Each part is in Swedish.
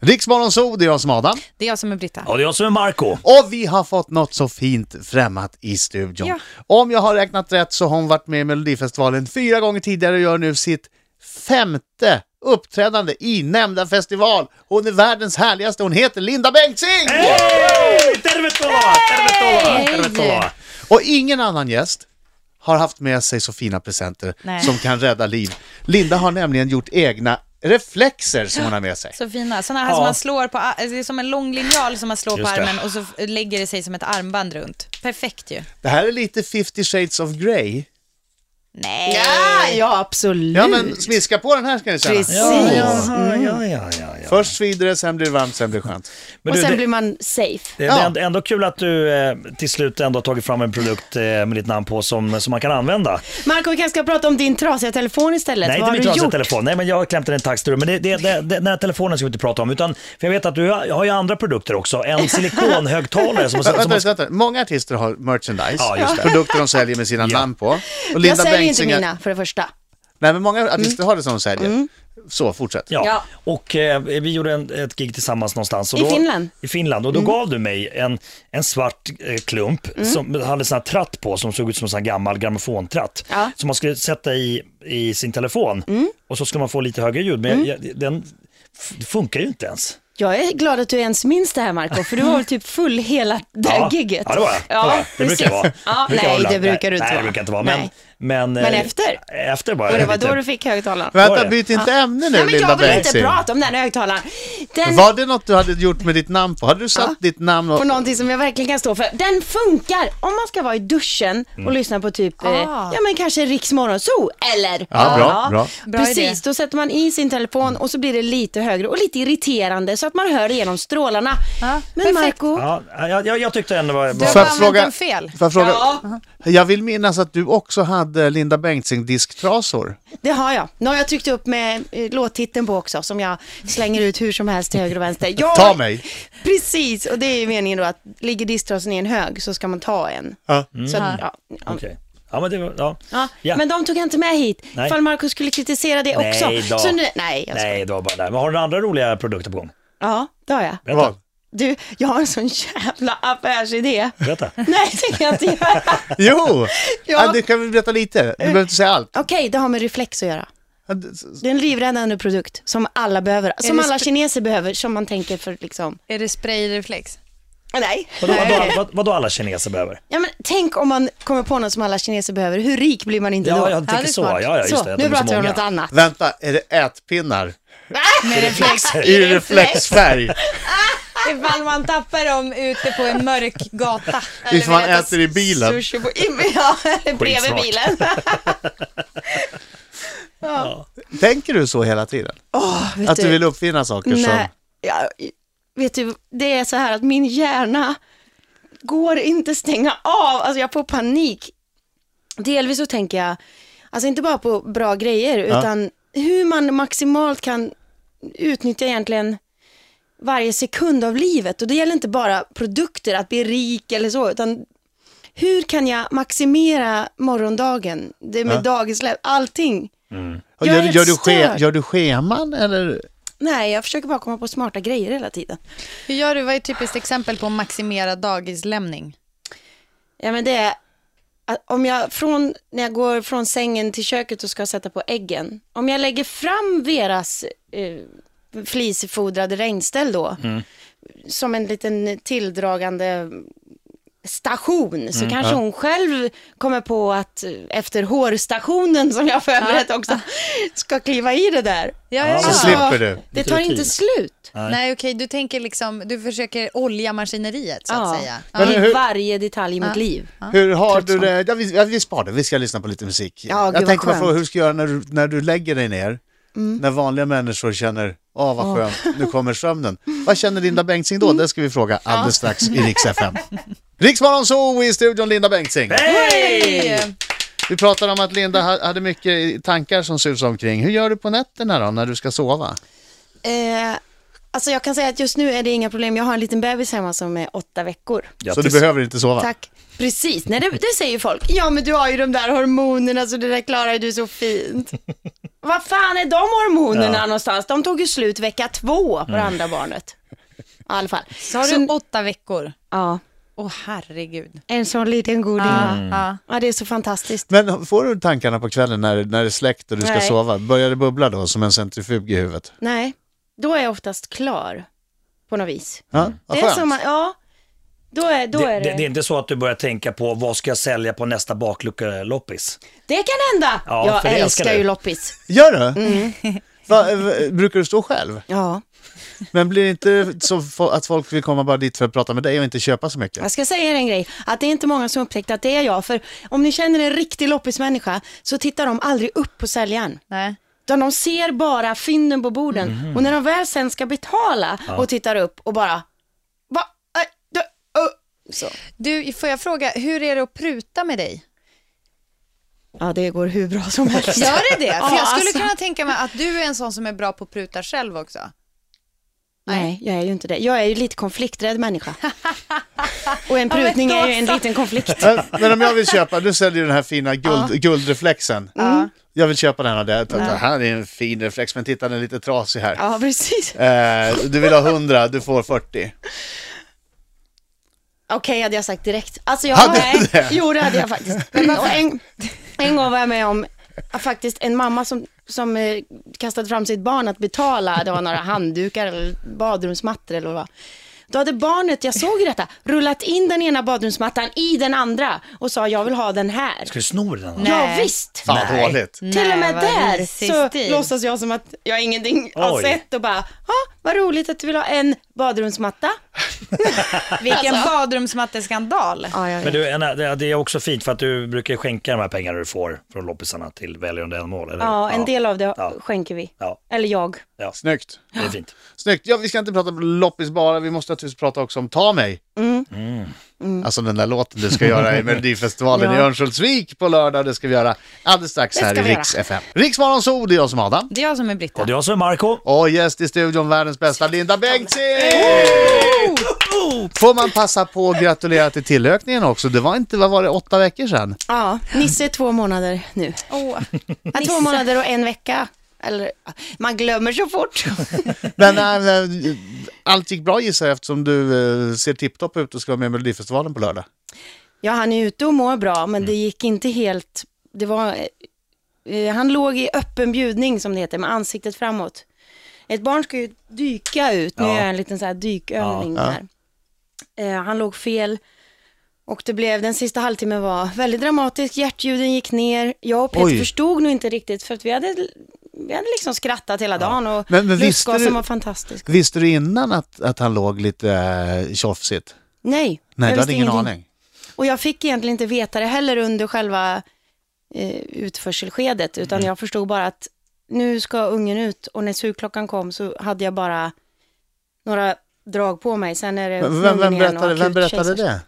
Riksmorgon så, det är jag som Adam. Det är jag som är Britta. Och det är jag som är Marco. Och vi har fått något så fint främmat i studion. Ja. Om jag har räknat rätt så har hon varit med i Melodifestivalen 4 gånger tidigare och gör nu sitt 5:e uppträdande i nämnda festival. Hon är världens härligaste, hon heter Linda Bengtzing! Tervetuloa! Och ingen annan gäst har haft med sig så fina presenter som kan rädda liv. Linda har nämligen gjort egna reflexer som hon har med sig. Så fina, sådana här som man slår på, det är som en lång linjal som man slår på armen och så lägger det sig som ett armband runt. Perfekt ju. Det här är lite 50 Shades of Grey. Nej. Ja, absolut. Ja, men smiska på den här ska ni säga. Precis. Ja. Först svider det, sen blir det varmt, sen blir det skönt. Men och du, sen det, blir man safe. det är ändå kul att du till slut ändå har tagit fram en produkt med ditt namn på som man kan använda. Marco, vi kanske ska prata om din trasiga telefon istället. Nej, vad inte har min du trasiga gjort? telefon. Nej, men jag har klämt den i en taxtur. Men den här telefonen ska vi inte prata om. Utan, för jag vet att du har ju andra produkter också. En silikonhögtalare som Vänta. Många artister har merchandise. Ja, just det. Produkter de säljer med sina namn på. Och Jag Linda säger Bengtzing inte mina, för det första. Nej, men många artister har det som de säljer. Så, fortsätt. Ja. Och vi gjorde ett gig tillsammans någonstans. Och I Finland? I Finland. Och då gav du mig en svart klump som hade sån här tratt på som såg ut som en sån här gammal grammofontratt. Ja. Som man skulle sätta i sin telefon. Och så ska man få lite högre ljud. Men den funkar ju inte ens. Jag är glad att du ens minns det här, Marco, för du var typ full hela det här gigget. Ja, det var jag. Det brukar jag vara. Ja, nej, det brukar du inte Nej, vara. det brukar inte vara. Nej. Men efter? Efter bara. Och det var då du fick högtalaren. Vänta, byt inte ämne nu, Nej, men Linda jag vill inte Bengtzing. prata om den högtalaren. Var det något du hade gjort med ditt namn på? Hade du satt ditt namn och... på någonting som jag verkligen kan stå för. Den funkar om man ska vara i duschen och lyssna på typ, ja men kanske Riks Morgonzoo, eller? Ja, bra. Precis, idé. då sätter man i sin telefon och så blir det lite högre och lite irriterande så att man hör igenom strålarna. Ja, Men perfekt. Marco, Jag tyckte ändå var... Du har Får bara jag använt fråga- den fel. Får jag fråga? Jag vill minnas att du också hade Linda Bengtzing disktrasor. det har jag. Nu har jag tryckt upp med låttiteln på också som jag slänger ut hur som helst till höger och vänster. Ta mig. Precis, och det är meningen då att ligger disktrasen i en hög så ska man ta en. Ja. Så att, Okej. Ja, men det var... Ja. Men de tog jag inte med hit. Nej. Ifall Marco skulle kritisera det också. Nej då. Så nu, nej, jag skojar. Nej, det var bara där. Men har du några andra roliga produkter på gång? Ja, det har jag. Berätta. Vad? Du, jag har en sån jävla affärsidé. Berätta. Nej, det kan jag inte göra. Jo! Ja. Du kan väl berätta lite? Du behöver inte säga allt. Okej, det har med reflex att göra. Det är en livräddande produkt som alla behöver. Som det alla kineser behöver, som man tänker för liksom... Är det sprayreflex? Nej. Vadå alla kineser behöver? Ja, men tänk om man kommer på något som alla kineser behöver. Hur rik blir man inte då? Ja, jag det tänker är så. smart. Ja, just så, det. nu pratar vi om något annat. Vänta, är det ätpinnar? Med reflex. I reflexfärg. Ifall man tappar dem ute på en mörk gata. Ifall man äter i bilen. Sushi på, ja, bredvid Skitsmart. bilen. Tänker du så hela tiden? Vet Att du vill uppfinna saker som... Nej, vet du, det är så här att min hjärna går inte stänga av. Alltså jag får panik. Delvis så tänker jag, alltså inte bara på bra grejer, utan hur man maximalt kan utnyttja egentligen varje sekund av livet. Och det gäller inte bara produkter, att bli rik eller så, utan hur kan jag maximera morgondagen? Det med dagisläpp, allting. Och Jag är helt störd. gör du scheman eller? Nej, jag försöker bara komma på smarta grejer hela tiden. Hur gör du? Vad är ett typiskt exempel på maximerad dagislämning? Ja, men det är att om jag när jag går från sängen till köket och ska sätta på äggen, om jag lägger fram Veras flisfodrade regnställ då som en liten tilldragande station, så kanske hon själv kommer på att efter hårstationen som jag förberett också ska kliva i det där. Så slipper du. Det tar inte slut. Nej, okej, du tänker liksom, du försöker olja maskineriet så att säga. Men I hur- varje detalj i mitt liv. Hur har du det? Ja, vi sparar det. Vi ska lyssna på lite musik. Ja, gud, jag vad tänkte bara skönt. fråga hur du ska göra när du lägger dig ner. När vanliga människor känner, vad skönt, nu kommer sömnen. Vad känner Linda Bengtzing då? Det ska vi fråga alldeles strax i Rix FM. Riksmorgon så i studion Linda Bengtzing. Hej! Vi pratade om att Linda hade mycket tankar som susar omkring. Hur gör du på nätterna då när du ska sova? Alltså jag kan säga att just nu är det inga problem. Jag har en liten bebis hemma som är 8 veckor. Så du behöver inte sova? Tack. Precis, nej, det säger folk. Ja, men du har ju de där hormonerna så det där klarar ju du så fint. Vad fan är de hormonerna någonstans? De tog ju slut vecka 2 på det andra barnet. I alla fall. Så har du 8 veckor? Ja. Herregud. En sån liten goding. Ja, det är så fantastiskt. Men får du tankarna på kvällen när det är släckt och du ska Nej. sova? Börjar det bubbla då som en centrifug i huvudet? Nej, då är jag oftast klar på något vis. Ja, vad Det är skönt. som då är Det är inte så att du börjar tänka på vad ska jag sälja på nästa baklucka-loppis? Det kan hända. Ja, Jag för det älskar älskar ju du. loppis. Gör du? Brukar du stå själv? Ja. Men blir det inte så att folk vill komma bara dit för att prata med dig och inte köpa så mycket? Jag ska säga er en grej, att det är inte många som upptäckt att det är jag. För om ni känner en riktig loppismänniska så tittar de aldrig upp på säljaren. Nej. Utan de ser bara fynden på borden. Och när de väl sen ska betala och tittar upp och bara... Så. Du, får jag fråga, hur är det att pruta med dig? Ja, det går hur bra som helst. Gör det det? För Ja, jag skulle alltså. kunna tänka mig att du är en sån som är bra på att pruta själv också. Nej, jag är ju inte det. Jag är ju lite konflikträdd människa. Och en prutning är ju en liten konflikt. Men om jag vill köpa, du säljer den här fina guldreflexen. Jag vill köpa den av det. Det här är en fin reflex, men titta den är lite trasig här. Ja, precis. Du vill ha 100, du får 40. Okej, hade jag sagt direkt. Alltså Hade du det? Jo, det hade jag faktiskt. Och en gång var jag med om faktiskt en mamma som kastade fram sitt barn att betala. Det var några handdukar eller badrumsmattor eller vad. Då hade barnet, jag såg detta, rullat in den ena badrumsmattan i den andra och sa jag vill ha den här. Ska du sno den? Nej. Ja, visst. Fan dåligt. Till och med vad där risig så stil. låtsas jag som att jag ingenting har Oj. sett och bara, vad roligt att du vill ha en badrumsmatta. Vilken badrumsmatteskandal. Ja, jag Men vet. du, det är också fint för att du brukar skänka de här pengarna du får från loppisarna till välgörande ändamål, eller? Ja, en del av det Ja. skänker vi. Ja. Eller jag. Snyggt. Det är fint. Snyggt. Ja, vi ska inte prata om loppis bara, vi måste naturligtvis prata också om Ta mig. Alltså den där låten du ska göra i Melodifestivalen i Örnsköldsvik på lördag, det ska vi göra alldeles strax Det här ska i vi Riks FM. Riksmorgon så, det är jag som Adam. Det är jag som är Britta. Och jag som är Marco. Och gäst i studion, världens bästa Linda Bengtzing! Får man passa på att gratulera till tillökningen också? Det var inte, vad var det, 8 veckor sedan? Ja, Nisse är 2 månader nu. Åh, Ja, 2 månader och 1 vecka. Eller, man glömmer så fort. Men allt gick bra gissar jag, eftersom du ser tipptopp ut och ska vara med i Melodifestivalen på lördag. Ja, han är ute och mår bra, men det gick inte helt... Det var... han låg i öppen bjudning, som det heter, med ansiktet framåt. Ett barn ska ju dyka ut. Nu Ja. gör jag en liten så här dykövning här. Han låg fel. Och det blev, den sista halvtimmen var väldigt dramatisk. Hjärtljuden gick ner. Jag och Peter Oj. förstod nog inte riktigt, för att vi hade liksom skrattat hela dagen. Och Men visste lustgasen du- var fantastisk. Visste du innan att han låg lite tjofsigt? Nej, Nej, jag du hade visste ingen ingenting. aning. Och jag fick egentligen inte veta det heller under själva utförselskedet, utan jag förstod bara att nu ska ungen ut, och när sugklockan kom så hade jag bara några drag på mig. Sen är det Vem berättade det?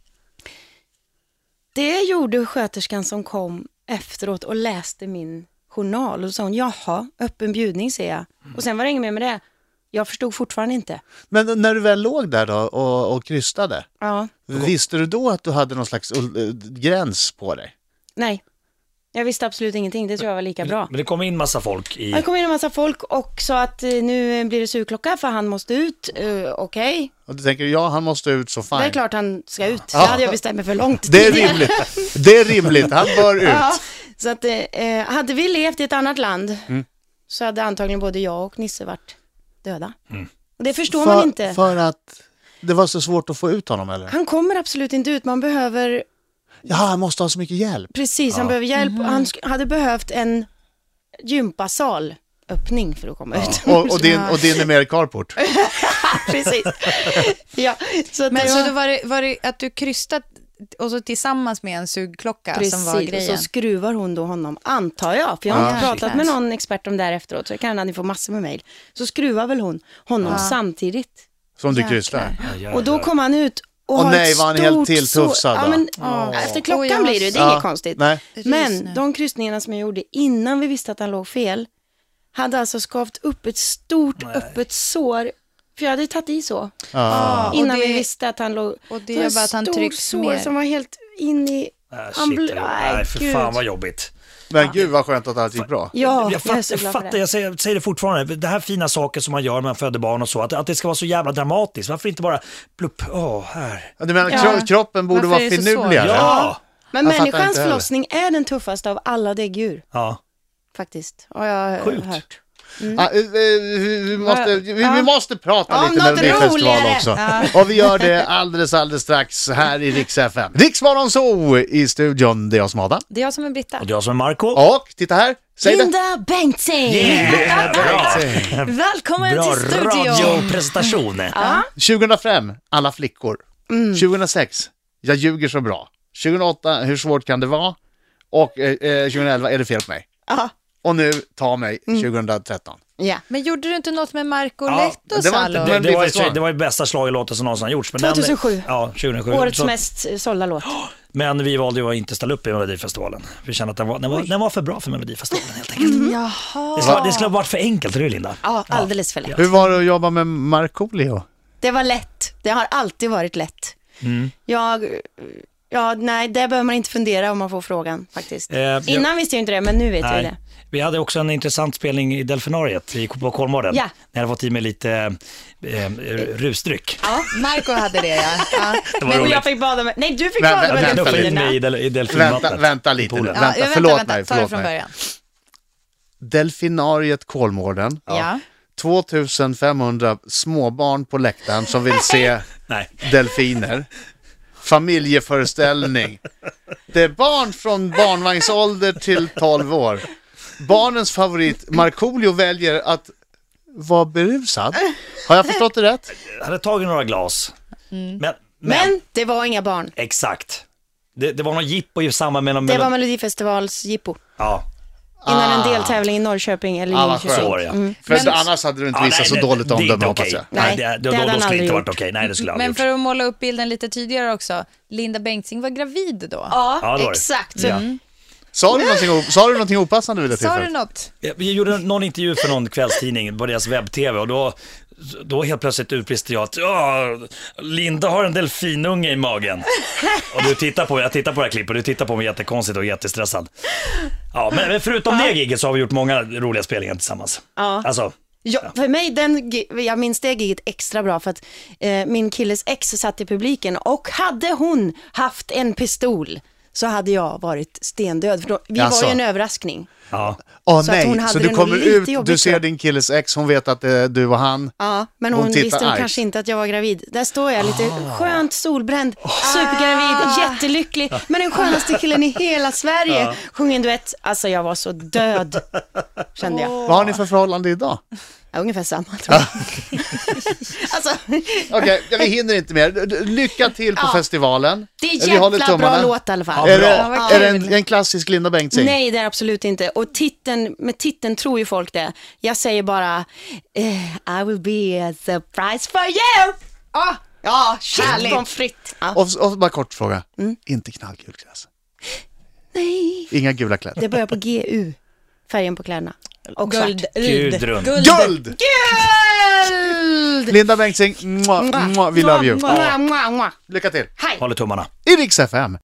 Det gjorde sköterskan som kom efteråt och läste min journal, och så sa hon, jaha, öppen bjudning ser jag. Och sen var det inget mer med det. Jag förstod fortfarande inte. Men när du väl låg där då och krystade, Ja, visste du då att du hade någon slags gräns på dig? nej. Jag visste absolut ingenting, det tror jag var lika bra. Men det kom in massa folk i... Det kom in en massa folk och sa att nu blir det sugklocka för han måste ut. Okej. Och du tänker, ja han måste ut så fine. Det är klart han ska ut. Ja. Det hade jag bestämt mig för långt Det är tidigare. rimligt. Det är rimligt, han bör ut. Ja, så att hade vi levt i ett annat land så hade antagligen både jag och Nisse varit döda. Och det förstår man inte. För att det var så svårt att få ut honom eller? Han kommer absolut inte ut. Man behöver, Ja, han måste ha så mycket hjälp. precis, han behöver hjälp. Han hade behövt en gympasal öppning för att komma ut. Och din är mer carport. Precis. Ja, så att Men det så var... då var det att du krystat och så tillsammans med en sugklocka som var Precis, grejen? och så skruvar hon då honom, antar jag, för jag har inte pratat Klart. med någon expert om det här efteråt, så jag kan att ni får massor med mejl. Så skruvar väl hon honom samtidigt. Som du Jäklar. krystar. Och då kom han ut och Och har nej, ett var han stort helt tilltufsad sår. då? Ja, men, efter klockan jag har- blir det är inget konstigt. Nej. Men Rysningar. de kryssningarna som jag gjorde innan vi visste att han låg fel hade alltså skavt upp ett stort öppet sår För jag hade tagit i så. Ja. Innan och det- vi visste att han låg... och det var att han trycks stor mer. som var helt in i... Nej, för fan vad jobbigt. Men gud vad skönt att allt gick bra. Ja, Jag är så glad för fattar, det. jag säger det fortfarande. Det här fina saker som man gör när man föder barn och så, att det ska vara så jävla dramatiskt. Varför inte bara plupp, här. Ja, du menar Ja. kroppen borde Varför vara är det så finurligare? Ja! Men Jag fattar människans inte heller. förlossning är den tuffaste av alla däggdjur, Ja. faktiskt. Har jag Sjukt. hört. Ja, vi måste prata Om lite något Melodifestival roligare. också. Och vi gör det alldeles strax här i Rix FM. Riksmorgon Zoo i studion, det är jag som Adam. Det är jag som är Britta. Och jag som är Marco. Och titta här, säg det. Linda Bengtzing! Bra, Välkommen bra till studion. radiopresentation. 2005, alla flickor. 2006, jag ljuger så bra. 2008, hur svårt kan det vara? Och 2011, är det fel på mig? Ja. Och nu, ta mig, 2013. Ja. Men gjorde du inte något med Marco Ja, Letto, det var inte- Salo? Det var ju bästa schlagerlåten som någonsin har gjorts. Men 2007. Ja, 2007. Årets Så- mest sålda låt. Men vi valde ju att inte ställa upp i Melodifestivalen. Vi kände att den var för bra för Melodifestivalen helt enkelt. Jaha. Det skulle ha varit för enkelt, eller hur Linda? Ja, alldeles för lätt. Hur var det att jobba med Markoolio? Det var lätt. Det har alltid varit lätt. Mm. Nej, det behöver man inte fundera om man får frågan faktiskt. Ja. Innan visste jag inte det, men nu vet jag Nej. det. Vi hade också en intressant spelning i Delfinariet på Kolmården. Ja. När jag hade fått i mig lite rusdryck. Ja, Marco hade det, ja. Det var men roligt. jag fick bada med... Nej, du fick Men- bada med men- Jag vänta fick in delfinerna. mig i delfinvattnet. Vänta lite nu. Poolen. Ja, Vänta, vänta, förlåt mig. ta det från början. Delfinariet Kolmården. Ja. 2500 småbarn på läktaren som vill se Nej. delfiner. Familjeföreställning. Det är barn från barnvagnsålder till 12 år. Barnens favorit, Markoolio, väljer att vara berusad. Har jag förstått det rätt? Jag hade tagit några glas. Men det var inga barn. Exakt. Det var någon jippo i samband med någon... Det var Melodifestivals jippo. Ja. Innan en deltävling i Norrköping eller vad Linköping. skönt. Så var det, ja. För Men- annars hade du inte visat så nej, dåligt det är omdöme, inte hoppas okej. jag. Nej, Nej, det hade då han skulle det aldrig inte varit gjort. okej. Nej, det skulle jag aldrig Men gjort. för att måla upp bilden lite tydligare också, Linda Bengtzing var gravid då. Ja, Ja, det var det. exakt. Ja. Sa du någonting opassande vid det Sa du tillfället? något? Vi gjorde någon intervju för någon kvällstidning på deras webb-tv och då helt plötsligt utbrister jag att Linda har en delfinunge i magen. Och jag tittar på det här klippet och du tittar på mig jättekonstigt och jättestressad. Ja, men förutom det giget så har vi gjort många roliga spelningar tillsammans. Ja. Alltså, Ja, för mig, jag minns det giget extra bra för att min killes ex satt i publiken och hade hon haft en pistol så hade jag varit stendöd. För då, vi Jaså? var ju en överraskning. ja. Åh Så att hon nej, hade så det du nog kommer lite ut, du jobbigt ser då. din killes ex, hon vet att du och han. Ja, men Hon hon tittar visste nog argt. kanske inte att jag var gravid. Där står jag lite skönt solbränd, supergravid, jättelycklig. Men den skönaste killen i hela Sverige. Sjunger en duett. Alltså jag var så död, kände jag. Vad har ni för förhållande idag? Ja, ungefär samma tror jag. Alltså, Okej, vi hinner inte mer. Lycka till på festivalen. det är Vi håller jävla bra tummarna. låt i alla fall. Ja, Är det, bra. vad är det kul. en klassisk Linda Bengtzing? Nej, det är absolut inte. Och med titeln tror ju folk det. Jag säger bara I will be a surprise for you. Ja, kärlek. Pommes frites. Ja. Och bara kort fråga. Inte knallgul gräs. Nej. Inga gula kläder. Det börjar på GU. Färgen på kläderna. Och Guld. svart. Gudrun. Guld. Guld! Guld! Linda Bengtzing, we love you. Mwah, mwah, mwah. Lycka till. Hej. Håller tummarna. I Rix FM.